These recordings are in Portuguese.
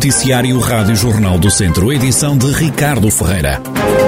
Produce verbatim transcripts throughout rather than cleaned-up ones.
Noticiário Rádio Jornal do Centro, edição de Ricardo Ferreira.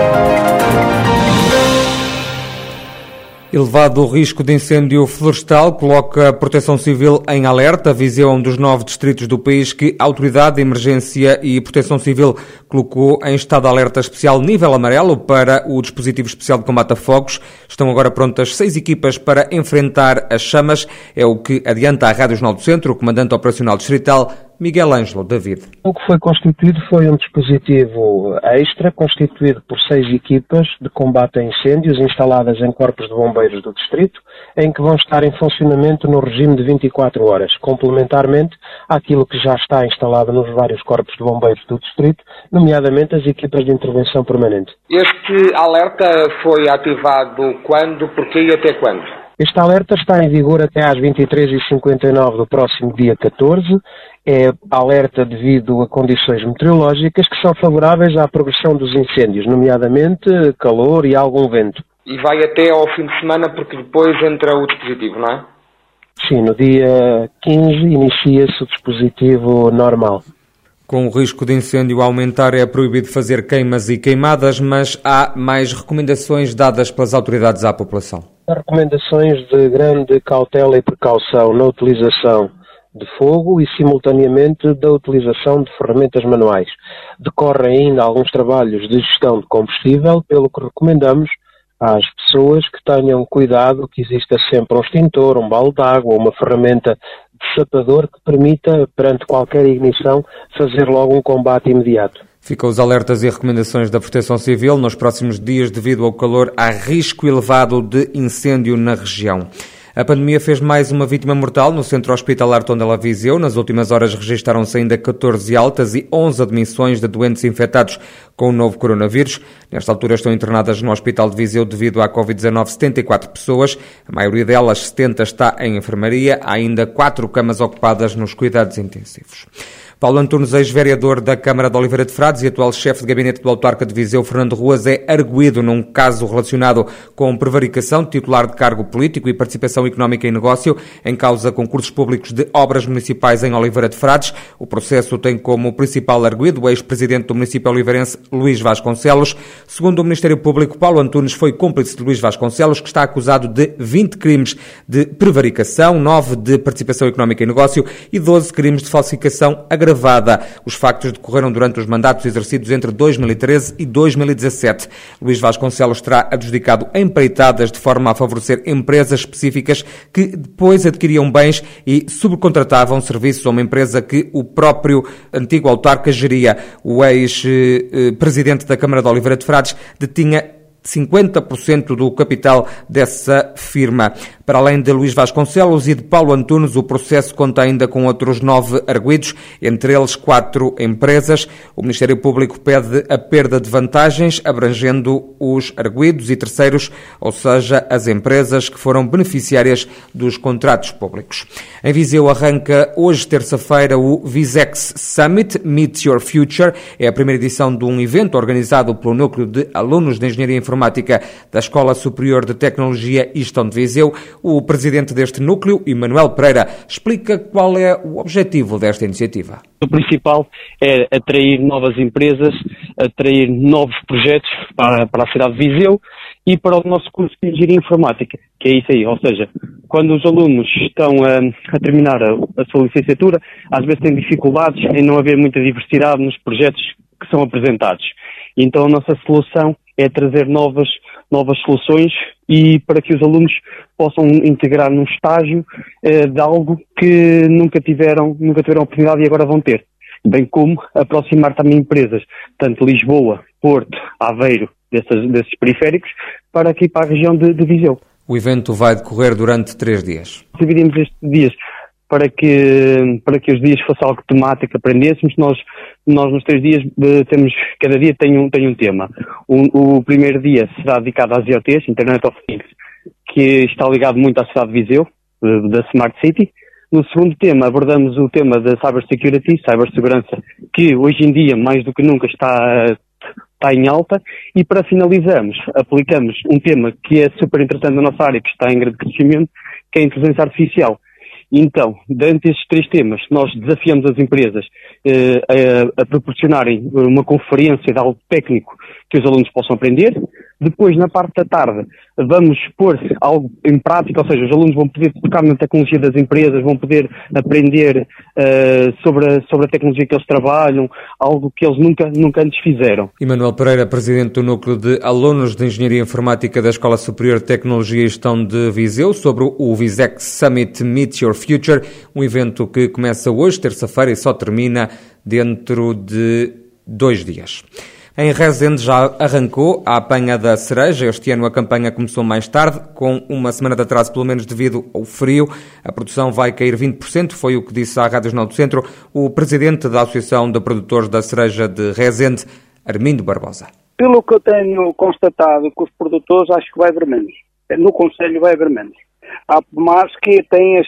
Elevado o risco de incêndio florestal coloca a Proteção Civil em alerta. Viseu é um dos nove distritos do país que a Autoridade de Emergência e Proteção Civil colocou em estado de alerta especial nível amarelo para o dispositivo especial de combate a fogos. Estão agora prontas seis equipas para enfrentar as chamas. É o que adianta a Rádio Jornal do Centro, o comandante operacional distrital, Miguel Ângelo David. O que foi constituído foi um dispositivo extra, constituído por seis equipas de combate a incêndios instaladas em corpos de bombeiros do distrito, em que vão estar em funcionamento no regime de vinte e quatro horas, complementarmente àquilo que já está instalado nos vários corpos de bombeiros do distrito, nomeadamente as equipas de intervenção permanente. Este alerta foi ativado quando, porquê e até quando? Este alerta está em vigor até às vinte e três e cinquenta e nove do próximo dia catorze. É alerta devido a condições meteorológicas que são favoráveis à progressão dos incêndios, nomeadamente calor e algum vento. E vai até ao fim de semana porque depois entra o dispositivo, não é? Sim, no dia quinze inicia-se o dispositivo normal. Com o risco de incêndio a aumentar, é proibido fazer queimas e queimadas, mas há mais recomendações dadas pelas autoridades à população. Há recomendações de grande cautela e precaução na utilização de fogo e, simultaneamente, da utilização de ferramentas manuais. Decorrem ainda alguns trabalhos de gestão de combustível, pelo que recomendamos às pessoas que tenham cuidado, que exista sempre um extintor, um balde de água, uma ferramenta de sapador que permita, perante qualquer ignição, fazer logo um combate imediato. Ficam os alertas e recomendações da Proteção Civil. Nos próximos dias, devido ao calor, há risco elevado de incêndio na região. A pandemia fez mais uma vítima mortal no centro hospitalar Tondela Viseu. Nas últimas horas registaram-se ainda catorze altas e onze admissões de doentes infectados com o novo coronavírus. Nesta altura estão internadas no Hospital de Viseu devido à covid dezanove setenta e quatro pessoas. A maioria delas, setenta, está em enfermaria. Há ainda quatro camas ocupadas nos cuidados intensivos. Paulo Antunes, ex-vereador da Câmara de Oliveira de Frades e atual chefe de gabinete do autarca de Viseu, Fernando Ruas, é arguido num caso relacionado com prevaricação de titular de cargo político e participação económica em negócio, em causa concursos públicos de obras municipais em Oliveira de Frades. O processo tem como principal arguido o ex-presidente do município oliveirense, Luís Vasconcelos. Segundo o Ministério Público, Paulo Antunes foi cúmplice de Luís Vasconcelos, que está acusado de vinte crimes de prevaricação, nove de participação económica em negócio e doze crimes de falsificação agravada. Os factos decorreram durante os mandatos exercidos entre dois mil e treze e dois mil e dezassete. Luís Vasconcelos terá adjudicado empreitadas de forma a favorecer empresas específicas que depois adquiriam bens e subcontratavam serviços a uma empresa que o próprio antigo autarca geria. O ex-presidente da Câmara de Oliveira de Frades detinha cinquenta por cento do capital dessa firma. Para além de Luís Vasconcelos e de Paulo Antunes, o processo conta ainda com outros nove arguidos, entre eles quatro empresas. O Ministério Público pede a perda de vantagens, abrangendo os arguidos e terceiros, ou seja, as empresas que foram beneficiárias dos contratos públicos. Em Viseu arranca hoje, terça-feira, o Visex Summit Meet Your Future. É a primeira edição de um evento organizado pelo Núcleo de Alunos de Engenharia Informática da Escola Superior de Tecnologia Istão de Viseu. O presidente deste núcleo, Emanuel Pereira, explica qual é o objetivo desta iniciativa. O principal é atrair novas empresas, atrair novos projetos para, para a cidade de Viseu e para o nosso curso de Engenharia Informática, que é isso aí. Ou seja, quando os alunos estão a, a terminar a, a sua licenciatura, às vezes têm dificuldades em não haver muita diversidade nos projetos que são apresentados. Então a nossa solução é trazer novas, novas soluções e para que os alunos possam integrar num estágio eh, de algo que nunca tiveram, nunca tiveram oportunidade e agora vão ter. Bem como aproximar também empresas, tanto Lisboa, Porto, Aveiro, desses, desses periféricos, para aqui para a região de, de Viseu. O evento vai decorrer durante três dias. Dividimos estes dias para que, para que os dias fosse algo temático, aprendêssemos. Nós, nós nos três dias temos, cada dia tem um, tem um tema. O, o primeiro dia será dedicado às I O Ts, Internet of Things, que está ligado muito à cidade de Viseu, da Smart City. No segundo tema abordamos o tema da Cybersecurity, cibersegurança, que hoje em dia, mais do que nunca, está, está em alta. E para finalizarmos, aplicamos um tema que é super interessante na nossa área, que está em grande crescimento, que é a inteligência artificial. Então, dentre estes três temas, nós desafiamos as empresas eh, a, a proporcionarem uma conferência de algo técnico que os alunos possam aprender. Depois, na parte da tarde, vamos pôr algo em prática, ou seja, os alunos vão poder tocar na tecnologia das empresas, vão poder aprender uh, sobre, a, sobre a tecnologia que eles trabalham, algo que eles nunca, nunca antes fizeram. Emanuel Pereira, presidente do Núcleo de Alunos de Engenharia Informática da Escola Superior de Tecnologia e Gestão de Viseu, sobre o Visec Summit Meet Your Future, um evento que começa hoje, terça-feira, e só termina dentro de dois dias. Em Rezende já arrancou a apanha da cereja. Este ano a campanha começou mais tarde, com uma semana de atraso, pelo menos devido ao frio. A produção vai cair vinte por cento, foi o que disse à Rádio Jornal do Centro o presidente da Associação de Produtores da Cereja de Rezende, Armindo Barbosa. Pelo que eu tenho constatado com os produtores, acho que vai haver menos. No Conselho vai haver menos. Há pomares que têm,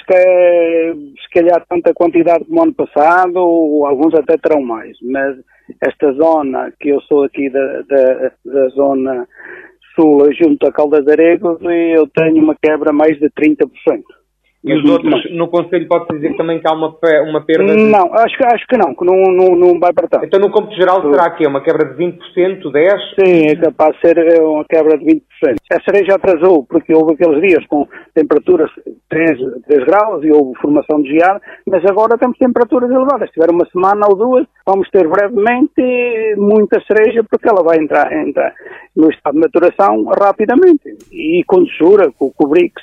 se calhar, tanta quantidade como ano passado, ou alguns até terão mais, mas esta zona, que eu sou aqui da, da, da zona sul, junto a Caldas de Aregos, eu tenho uma quebra mais de trinta por cento. E os outros, mais. No Conselho pode-se dizer também que há uma, uma perda de... Não, acho, acho que não, que não, não, não vai para tanto. Então no cômputo geral será que é uma quebra de vinte por cento, dez por cento? Sim, é capaz de ser uma quebra de vinte por cento. A cereja atrasou, porque houve aqueles dias com temperaturas três graus e houve formação de geada, mas agora temos temperaturas elevadas. Se tiver uma semana ou duas, vamos ter brevemente muita cereja, porque ela vai entrar, entrar no estado de maturação rapidamente. E com doçura, com o Brix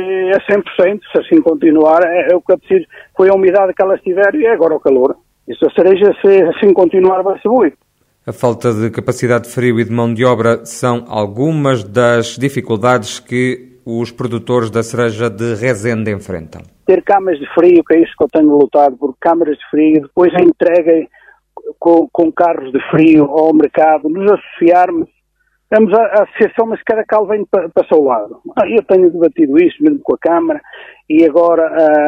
é cem por cento, se assim continuar, é, é o que é preciso. Foi a umidade que elas tiveram e é agora o calor. E se a cereja, se assim continuar, vai ser buir. A falta de capacidade de frio e de mão de obra são algumas das dificuldades que os produtores da cereja de Rezende enfrentam. Ter câmaras de frio, que é isso que eu tenho lutado, por câmaras de frio, depois a entrega com, com carros de frio ao mercado, nos associarmos. Temos a, a associação, mas cada cal vem para, para o seu lado. Eu tenho debatido isso mesmo com a Câmara e agora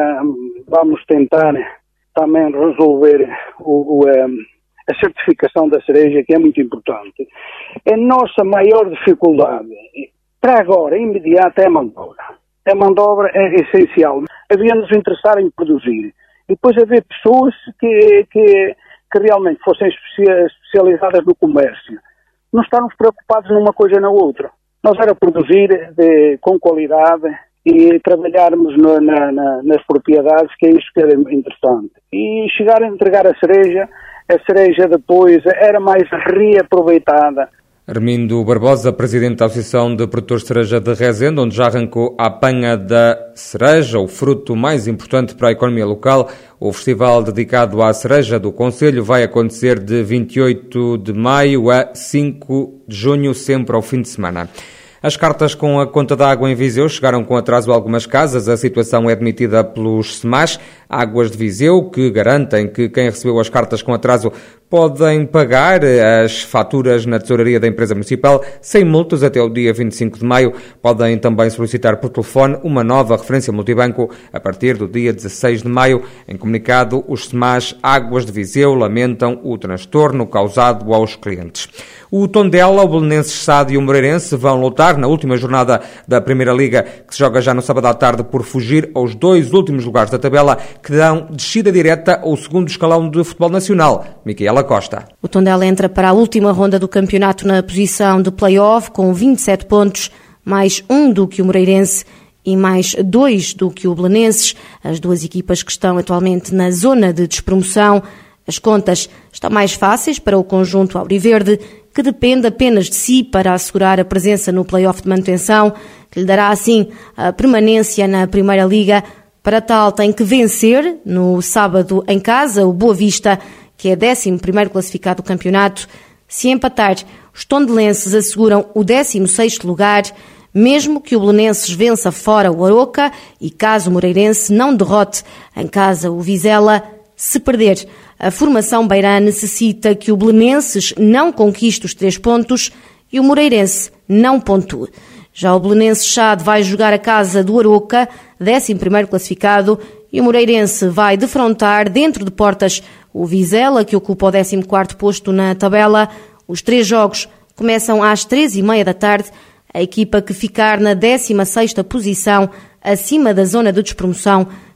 uh, vamos tentar também resolver o, o, um, a certificação da cereja, que é muito importante. A nossa maior dificuldade, para agora, imediata, é a mão de obra. A mão de obra é essencial. Havia-nos interessar em produzir. E depois haver pessoas que, que, que realmente fossem especializadas no comércio. Não estarmos preocupados numa coisa ou na outra. Nós era produzir de, com qualidade e trabalharmos no, na, na, nas propriedades, que é isso que era interessante. E chegar a entregar a cereja, a cereja depois era mais reaproveitada. Armindo Barbosa, presidente da Associação de Produtores de Cereja de Rezende, onde já arrancou a apanha da cereja, o fruto mais importante para a economia local. O festival dedicado à cereja do Conselho vai acontecer de vinte e oito de maio a cinco de junho, sempre ao fim de semana. As cartas com a conta de água em Viseu chegaram com atraso a algumas casas. A situação é admitida pelos SEMAS, Águas de Viseu, que garantem que quem recebeu as cartas com atraso podem pagar as faturas na tesouraria da empresa municipal sem multas até o dia vinte e cinco de maio. Podem também solicitar por telefone uma nova referência multibanco a partir do dia dezasseis de maio. Em comunicado, os SEMAS Águas de Viseu lamentam o transtorno causado aos clientes. O Tondela, o Belenenses Sade e o Moreirense vão lutar na última jornada da Primeira Liga, que se joga já no sábado à tarde, por fugir aos dois últimos lugares da tabela, que dão descida direta ao segundo escalão de futebol nacional. Micaela Costa. O Tondela entra para a última ronda do campeonato na posição de play-off, com vinte e sete pontos, mais um do que o Moreirense e mais dois do que o Belenenses, as duas equipas que estão atualmente na zona de despromoção. As contas estão mais fáceis para o conjunto auriverde, que depende apenas de si para assegurar a presença no play-off de manutenção, que lhe dará assim a permanência na Primeira Liga. Para tal tem que vencer no sábado em casa o Boa Vista, que é décimo primeiro classificado do campeonato. Se empatar, os tondelenses asseguram o décimo sexto lugar, mesmo que o Belenenses vença fora o Aroca e caso o Moreirense não derrote em casa o Vizela. Se perder, a formação beirã necessita que o Belenenses não conquiste os três pontos e o Moreirense não pontue. Já o Belenenses Sade vai jogar a casa do Aroca, décimo primeiro classificado, e o Moreirense vai defrontar dentro de portas o Vizela, que ocupa o décimo quarto posto na tabela. Os três jogos começam às três e meia da tarde. A equipa que ficar na décima sexta posição, acima da zona de despromoção,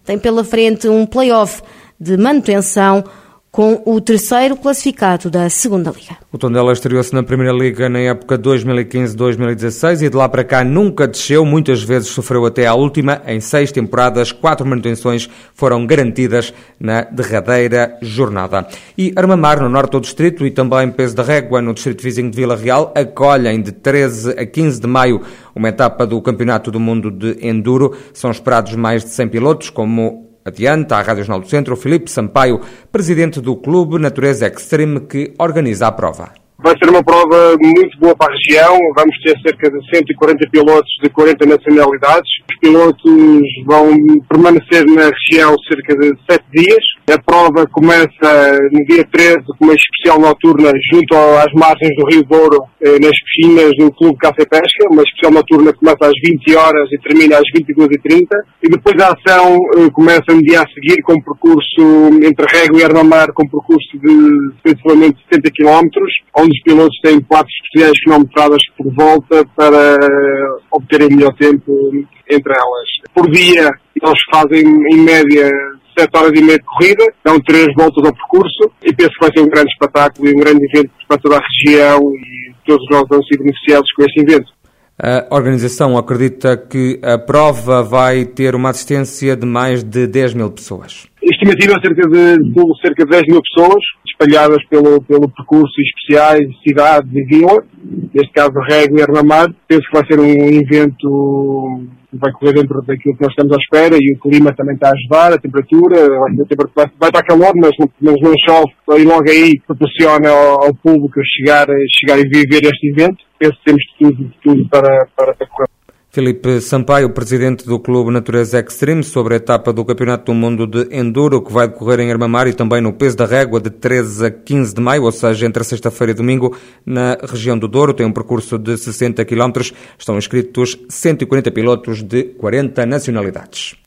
tem pela frente um play-off de manutenção com o terceiro classificado da segunda Liga. O Tondela estreou-se na Primeira Liga na época dois mil e quinze a dois mil e dezasseis e de lá para cá nunca desceu, muitas vezes sofreu até à última. Em seis temporadas, quatro manutenções foram garantidas na derradeira jornada. E Armamar, no norte do distrito, e também Peso da Régua, no distrito vizinho de Vila Real, acolhem de treze a quinze de maio uma etapa do Campeonato do Mundo de Enduro. São esperados mais de cem pilotos, como adianta à Rádio Jornal do Centro o Filipe Sampaio, presidente do Clube Natureza Extreme, que organiza a prova. Vai ser uma prova muito boa para a região. Vamos ter cerca de cento e quarenta pilotos de quarenta nacionalidades. Os pilotos vão permanecer na região cerca de sete dias. A prova começa no dia treze com uma especial noturna junto às margens do Rio Douro, nas piscinas do Clube Caça e Pesca. Uma especial noturna que começa às vinte horas e termina às vinte e duas e trinta. E depois a ação começa no dia a seguir com um percurso entre Régua e Armamar, com um percurso de sensivelmente setenta quilómetros, onde os pilotos têm quatro especiais quilometradas por volta para obterem o melhor tempo entre elas. Por dia, eles fazem em média sete horas e meia de corrida, dão três voltas ao percurso e penso que vai ser um grande espetáculo e um grande evento para toda a região e todos nós vamos ser beneficiados com este evento. A organização acredita que a prova vai ter uma assistência de mais de dez mil pessoas. A estimativa é cerca de, de cerca de dez mil pessoas, espalhadas pelo, pelo percurso especiais, cidades e vila, neste caso Régua e Armamar. Penso que vai ser um evento que vai correr dentro daquilo que nós estamos à espera e o clima também está a ajudar, a temperatura, vai, vai estar calor, mas, mas não chove, e logo aí proporciona ao, ao público chegar, chegar e viver este evento. Penso que temos tudo, tudo para, para, para correr. Filipe Sampaio, presidente do Clube Natureza Extreme, sobre a etapa do Campeonato do Mundo de Enduro, que vai decorrer em Armamar e também no Peso da Régua, de treze a quinze de maio, ou seja, entre sexta-feira e domingo, na região do Douro. Tem um percurso de sessenta quilómetros. Estão inscritos cento e quarenta pilotos de quarenta nacionalidades.